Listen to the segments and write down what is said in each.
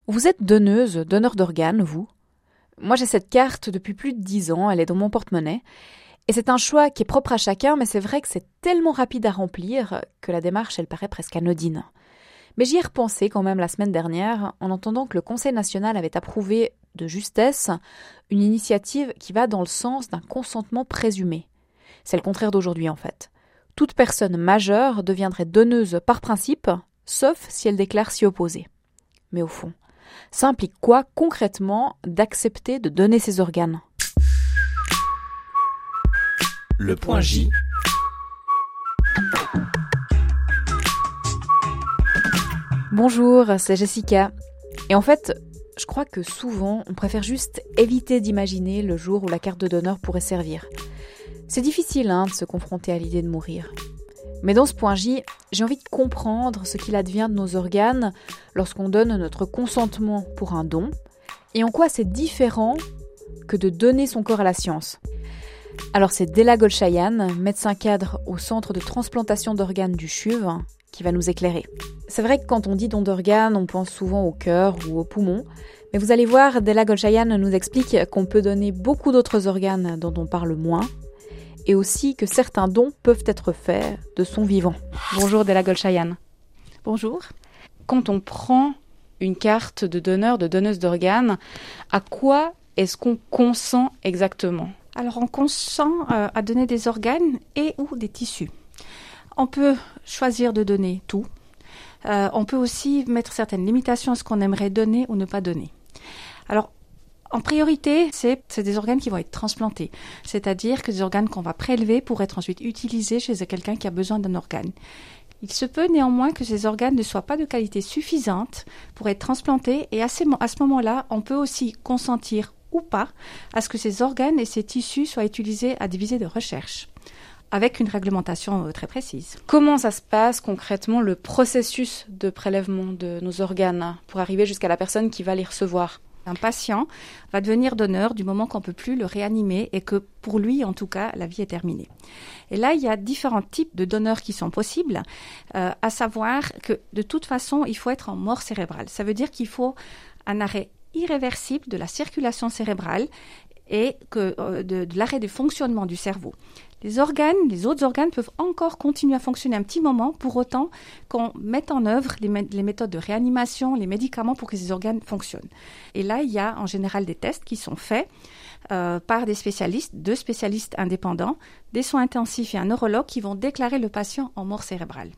Vous êtes donneuse, donneur d'organes, vous? Moi, j'ai cette carte depuis plus de 10 ans, elle est dans mon porte-monnaie. Et c'est un choix qui est propre à chacun, mais c'est vrai que c'est tellement rapide à remplir que la démarche, elle paraît presque anodine. Mais j'y ai repensé quand même la semaine dernière, en entendant que le Conseil national avait approuvé de justesse une initiative qui va dans le sens d'un consentement présumé. C'est le contraire d'aujourd'hui en fait. Toute personne majeure deviendrait donneuse par principe, sauf si elle déclare s'y opposer. Mais au fond, ça implique quoi concrètement d'accepter de donner ses organes ? Le point J. Bonjour, c'est Jessica. Et en fait, je crois que souvent, on préfère juste éviter d'imaginer le jour où la carte de donneur pourrait servir. C'est difficile de se confronter à l'idée de mourir. Mais dans ce point J, j'ai envie de comprendre ce qu'il advient de nos organes lorsqu'on donne notre consentement pour un don, et en quoi c'est différent que de donner son corps à la science. Alors c'est Della Golshayan, médecin cadre au centre de transplantation d'organes du CHUV, qui va nous éclairer. C'est vrai que quand on dit don d'organes, on pense souvent au cœur ou aux poumons, mais vous allez voir, Della Golshayan nous explique qu'on peut donner beaucoup d'autres organes dont on parle moins, et aussi que certains dons peuvent être faits de son vivant. Bonjour Della Golshayan. Bonjour. Quand on prend une carte de donneur, de donneuse d'organes, à quoi est-ce qu'on consent exactement ? Alors on consent à donner des organes et ou des tissus. On peut choisir de donner tout. On peut aussi mettre certaines limitations à ce qu'on aimerait donner ou ne pas donner. Alors, en priorité, c'est des organes qui vont être transplantés, c'est-à-dire que des organes qu'on va prélever pour être ensuite utilisés chez quelqu'un qui a besoin d'un organe. Il se peut néanmoins que ces organes ne soient pas de qualité suffisante pour être transplantés et à ce moment-là, on peut aussi consentir ou pas à ce que ces organes et ces tissus soient utilisés à des visées de recherche, avec une réglementation très précise. Comment ça se passe concrètement le processus de prélèvement de nos organes pour arriver jusqu'à la personne qui va les recevoir ? Un patient va devenir donneur du moment qu'on ne peut plus le réanimer et que pour lui, en tout cas, la vie est terminée. Et là, il y a différents types de donneurs qui sont possibles, à savoir que de toute façon, il faut être en mort cérébrale. Ça veut dire qu'il faut un arrêt irréversible de la circulation cérébrale et de l'arrêt du fonctionnement du cerveau. Les autres organes peuvent encore continuer à fonctionner un petit moment pour autant qu'on mette en œuvre les méthodes de réanimation, les médicaments pour que ces organes fonctionnent. Et là, il y a en général des tests qui sont faits par deux spécialistes indépendants, des soins intensifs et un neurologue qui vont déclarer le patient en mort cérébrale.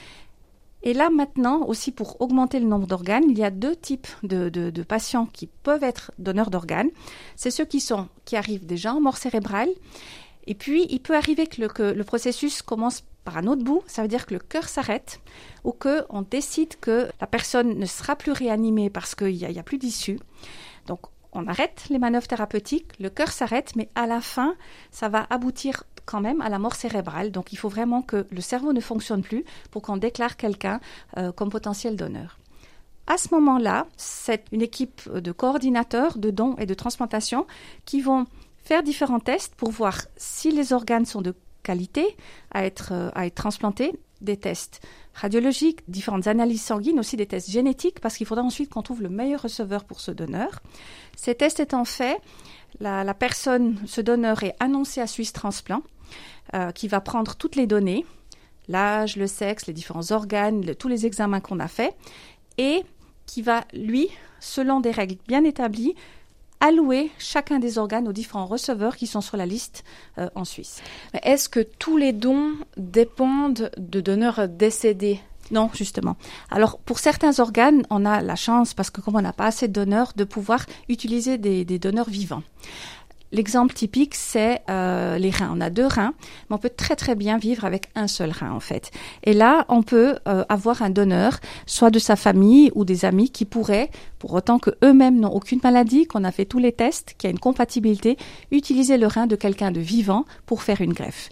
Et là, maintenant, aussi pour augmenter le nombre d'organes, il y a deux types de patients qui peuvent être donneurs d'organes. C'est ceux qui arrivent déjà en mort cérébrale. Et puis, il peut arriver que le processus commence par un autre bout. Ça veut dire que le cœur s'arrête ou qu'on décide que la personne ne sera plus réanimée parce qu'il y a plus d'issue. Donc, on arrête les manœuvres thérapeutiques, le cœur s'arrête, mais à la fin, ça va aboutir quand même à la mort cérébrale. Donc, il faut vraiment que le cerveau ne fonctionne plus pour qu'on déclare quelqu'un comme potentiel donneur. À ce moment-là, c'est une équipe de coordinateurs de dons et de transplantation qui vont faire différents tests pour voir si les organes sont de qualité à être transplantés, des tests radiologiques, différentes analyses sanguines, aussi des tests génétiques, parce qu'il faudra ensuite qu'on trouve le meilleur receveur pour ce donneur. Ces tests étant faits, la personne, ce donneur est annoncé à Suisse Transplant, qui va prendre toutes les données, l'âge, le sexe, les différents organes, tous les examens qu'on a faits, et qui va, lui, selon des règles bien établies, allouer chacun des organes aux différents receveurs qui sont sur la liste en Suisse. Mais est-ce que tous les dons dépendent de donneurs décédés ? Non, justement. Alors, pour certains organes, on a la chance, parce que comme on n'a pas assez de donneurs, de pouvoir utiliser des donneurs vivants. L'exemple typique, c'est les reins. On a 2 reins, mais on peut très très bien vivre avec un seul rein en fait. Et là, on peut avoir un donneur, soit de sa famille ou des amis qui pourraient, pour autant que eux-mêmes n'ont aucune maladie, qu'on a fait tous les tests, qu'il y a une compatibilité, utiliser le rein de quelqu'un de vivant pour faire une greffe.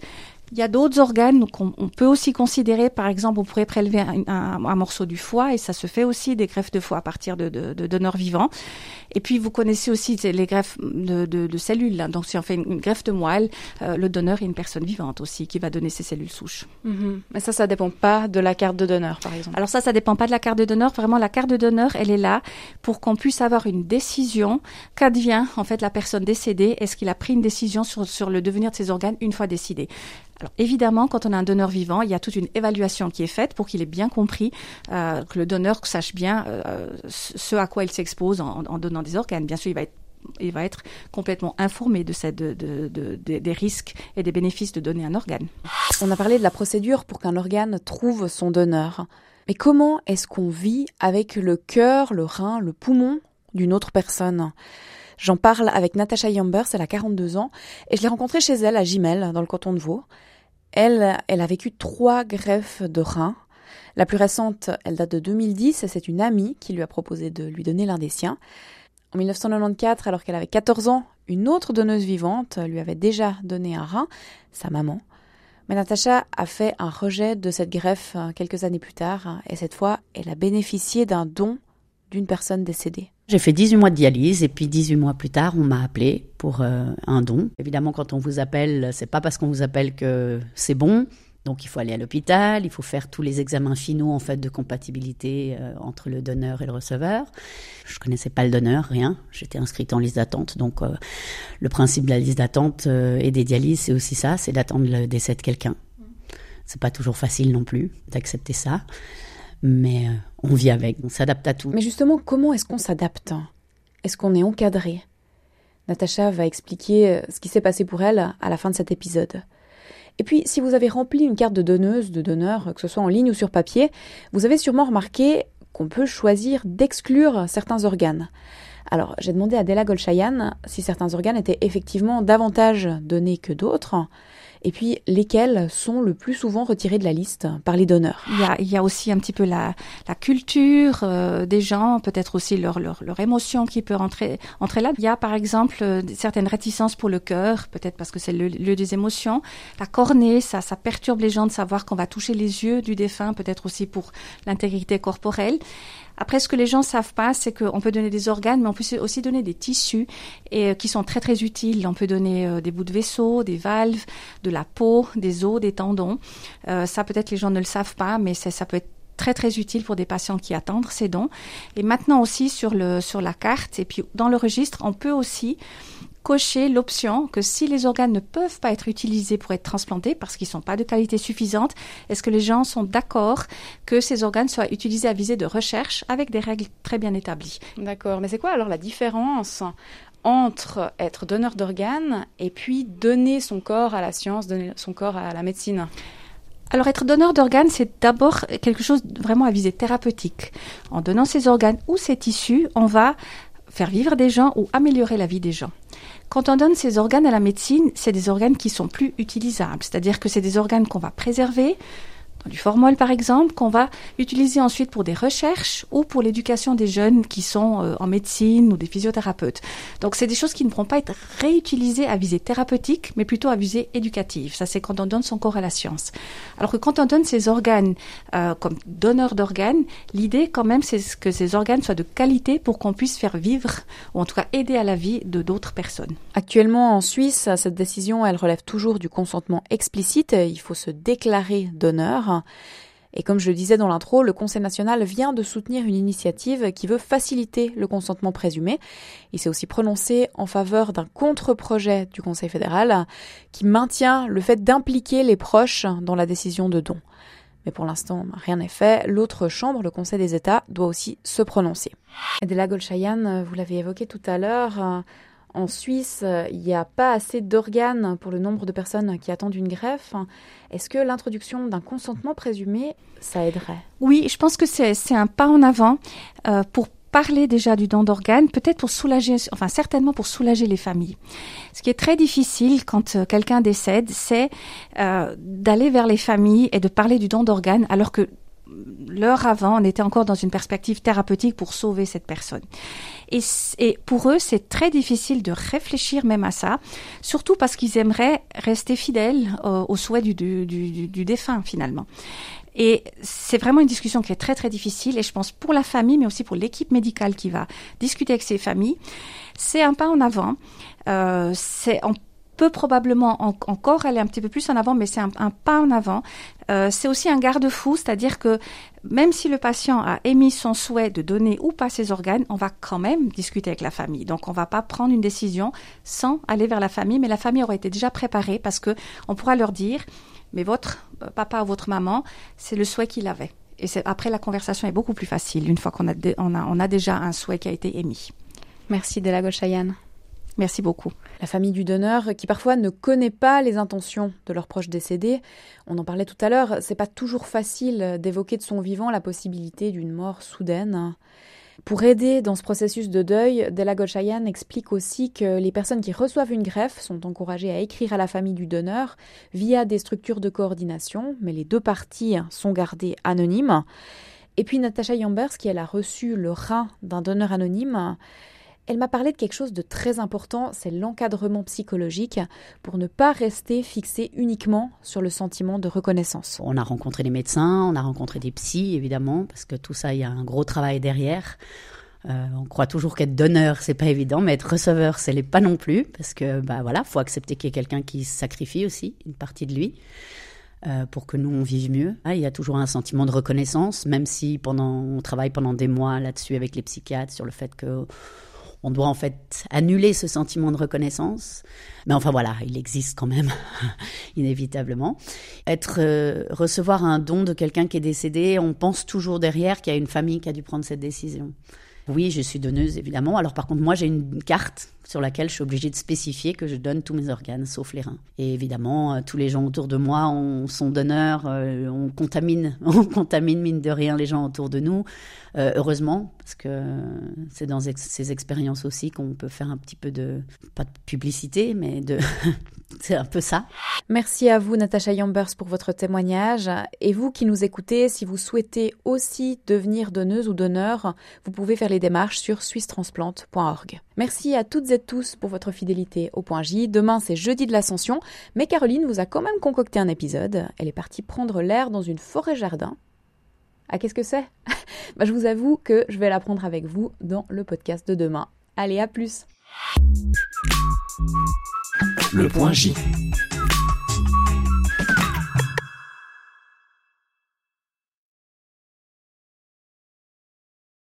Il y a d'autres organes qu'on peut aussi considérer. Par exemple, on pourrait prélever un morceau du foie et ça se fait aussi des greffes de foie à partir de donneurs vivants. Et puis, vous connaissez aussi les greffes de cellules. Donc, si on fait une greffe de moelle, le donneur est une personne vivante aussi qui va donner ses cellules souches. Mais ça dépend pas de la carte de donneur, par exemple. Alors ça dépend pas de la carte de donneur. Vraiment, la carte de donneur, elle est là pour qu'on puisse avoir une décision. Qu'advient, en fait, la personne décédée? Est-ce qu'il a pris une décision sur le devenir de ses organes une fois décidé? Alors évidemment, quand on a un donneur vivant, il y a toute une évaluation qui est faite pour qu'il ait bien compris, que le donneur sache bien ce à quoi il s'expose en donnant des organes. Bien sûr, il va être complètement informé des risques et des bénéfices de donner un organe. On a parlé de la procédure pour qu'un organe trouve son donneur. Mais comment est-ce qu'on vit avec le cœur, le rein, le poumon d'une autre personne ? J'en parle avec Natacha Jambers, elle a 42 ans, et je l'ai rencontrée chez elle à Gimel, dans le canton de Vaud. Elle a vécu 3 greffes de rein. La plus récente, elle date de 2010, et c'est une amie qui lui a proposé de lui donner l'un des siens. En 1994, alors qu'elle avait 14 ans, une autre donneuse vivante lui avait déjà donné un rein, sa maman. Mais Natacha a fait un rejet de cette greffe quelques années plus tard, et cette fois, elle a bénéficié d'un don d'une personne décédée. J'ai fait 18 mois de dialyse et puis 18 mois plus tard, on m'a appelé pour un don. Évidemment, quand on vous appelle, c'est pas parce qu'on vous appelle que c'est bon. Donc, il faut aller à l'hôpital, il faut faire tous les examens finaux en fait de compatibilité entre le donneur et le receveur. Je connaissais pas le donneur, rien. J'étais inscrite en liste d'attente. Donc, le principe de la liste d'attente et des dialyses, c'est aussi ça, c'est d'attendre le décès de quelqu'un. C'est pas toujours facile non plus d'accepter ça. Mais on vit avec, on s'adapte à tout. Mais justement, comment est-ce qu'on s'adapte ? Est-ce qu'on est encadré ? Natacha va expliquer ce qui s'est passé pour elle à la fin de cet épisode. Et puis, si vous avez rempli une carte de donneuse, de donneur, que ce soit en ligne ou sur papier, vous avez sûrement remarqué qu'on peut choisir d'exclure certains organes. Alors, j'ai demandé à Della Golshayan si certains organes étaient effectivement davantage donnés que d'autres, et puis lesquels sont le plus souvent retirés de la liste par les donneurs. Il y a aussi un petit peu la culture des gens, peut-être aussi leur émotion qui peut entrer là. Il y a par exemple certaines réticences pour le cœur, peut-être parce que c'est le lieu des émotions. La cornée, ça perturbe les gens de savoir qu'on va toucher les yeux du défunt, peut-être aussi pour l'intégrité corporelle. Après, ce que les gens savent pas, c'est qu'on peut donner des organes, mais on peut aussi donner des tissus et qui sont très très utiles. On peut donner des bouts de vaisseau, des valves, de la peau, des os, des tendons. Ça, peut-être les gens ne le savent pas, mais ça peut être très très utile pour des patients qui attendent ces dons. Et maintenant aussi sur la carte et puis dans le registre, on peut aussi cocher l'option que si les organes ne peuvent pas être utilisés pour être transplantés parce qu'ils ne sont pas de qualité suffisante, est-ce que les gens sont d'accord que ces organes soient utilisés à visée de recherche avec des règles très bien établies? D'accord, mais c'est quoi alors la différence entre être donneur d'organes et puis donner son corps à la science, donner son corps à la médecine? Alors, être donneur d'organes, c'est d'abord quelque chose vraiment à visée thérapeutique. En donnant ces organes ou ces tissus, on va faire vivre des gens ou améliorer la vie des gens. Quand on donne ces organes à la médecine, c'est des organes qui sont plus utilisables. C'est-à-dire que c'est des organes qu'on va préserver, dans du formol par exemple, qu'on va utiliser ensuite pour des recherches ou pour l'éducation des jeunes qui sont en médecine ou des physiothérapeutes. Donc c'est des choses qui ne pourront pas être réutilisées à visée thérapeutique, mais plutôt à visée éducative. Ça, c'est quand on donne son corps à la science. Alors que quand on donne ces organes comme donneur d'organes, l'idée quand même, c'est que ces organes soient de qualité pour qu'on puisse faire vivre, ou en tout cas aider à la vie de d'autres personnes. Actuellement en Suisse, cette décision, elle relève toujours du consentement explicite. Il faut se déclarer donneur. Et comme je le disais dans l'intro, le Conseil national vient de soutenir une initiative qui veut faciliter le consentement présumé. Il s'est aussi prononcé en faveur d'un contre-projet du Conseil fédéral qui maintient le fait d'impliquer les proches dans la décision de don. Mais pour l'instant, rien n'est fait. L'autre chambre, le Conseil des États, doit aussi se prononcer. Della Golshayan, vous l'avez évoqué tout à l'heure, en Suisse, il n'y a pas assez d'organes pour le nombre de personnes qui attendent une greffe. Est-ce que l'introduction d'un consentement présumé, ça aiderait ? Oui, je pense que c'est un pas en avant pour parler déjà du don d'organes, peut-être pour soulager, enfin certainement pour soulager les familles. Ce qui est très difficile quand quelqu'un décède, c'est d'aller vers les familles et de parler du don d'organes, alors que l'heure avant, on était encore dans une perspective thérapeutique pour sauver cette personne. Et pour eux, c'est très difficile de réfléchir même à ça, surtout parce qu'ils aimeraient rester fidèles aux souhaits du défunt finalement. Et c'est vraiment une discussion qui est très très difficile, et je pense pour la famille, mais aussi pour l'équipe médicale qui va discuter avec ces familles, c'est un pas en avant. On peut probablement encore aller un petit peu plus en avant, mais c'est un pas en avant. C'est aussi un garde-fou, c'est-à-dire que même si le patient a émis son souhait de donner ou pas ses organes, on va quand même discuter avec la famille. Donc on va pas prendre une décision sans aller vers la famille, mais la famille aurait été déjà préparée, parce que on pourra leur dire: mais votre papa ou votre maman, c'est le souhait qu'il avait. Et après, la conversation est beaucoup plus facile une fois qu'on a déjà un souhait qui a été émis. Merci Della Golshayan. Merci beaucoup. La famille du donneur, qui parfois ne connaît pas les intentions de leurs proches décédés, on en parlait tout à l'heure, c'est pas toujours facile d'évoquer de son vivant la possibilité d'une mort soudaine. Pour aider dans ce processus de deuil, Della Golshayan explique aussi que les personnes qui reçoivent une greffe sont encouragées à écrire à la famille du donneur via des structures de coordination, mais les deux parties sont gardées anonymes. Et puis Natasha Yambers, qui elle a reçu le rein d'un donneur anonyme, elle m'a parlé de quelque chose de très important, c'est l'encadrement psychologique pour ne pas rester fixé uniquement sur le sentiment de reconnaissance. On a rencontré des médecins, on a rencontré des psys évidemment, parce que tout ça, il y a un gros travail derrière. On croit toujours qu'être donneur, c'est pas évident, mais être receveur, c'est l'est pas non plus, parce que faut accepter qu'il y ait quelqu'un qui sacrifie aussi une partie de lui. Pour que nous on vive mieux. Il y a toujours un sentiment de reconnaissance, même si on travaille pendant des mois là-dessus avec les psychiatres sur le fait que on doit en fait annuler ce sentiment de reconnaissance. Mais enfin voilà, il existe quand même, inévitablement. Recevoir un don de quelqu'un qui est décédé, on pense toujours derrière qu'il y a une famille qui a dû prendre cette décision. Oui, je suis donneuse, évidemment. Alors par contre, moi, j'ai une carte sur laquelle je suis obligée de spécifier que je donne tous mes organes, sauf les reins. Et évidemment, tous les gens autour de moi sont donneurs. On contamine mine de rien les gens autour de nous. Heureusement, parce que c'est dans ces expériences aussi qu'on peut faire un petit peu pas de publicité, mais c'est un peu ça. Merci à vous, Natasha Yambers, pour votre témoignage. Et vous qui nous écoutez, si vous souhaitez aussi devenir donneuse ou donneur, vous pouvez faire les démarches sur swisstransplant.org. Merci à toutes et tous pour votre fidélité au Point J. Demain, c'est jeudi de l'Ascension, mais Caroline vous a quand même concocté un épisode. Elle est partie prendre l'air dans une forêt-jardin. Ah, qu'est-ce que c'est ? Je vous avoue que je vais l'apprendre avec vous dans le podcast de demain. Allez, à plus. Le Point J.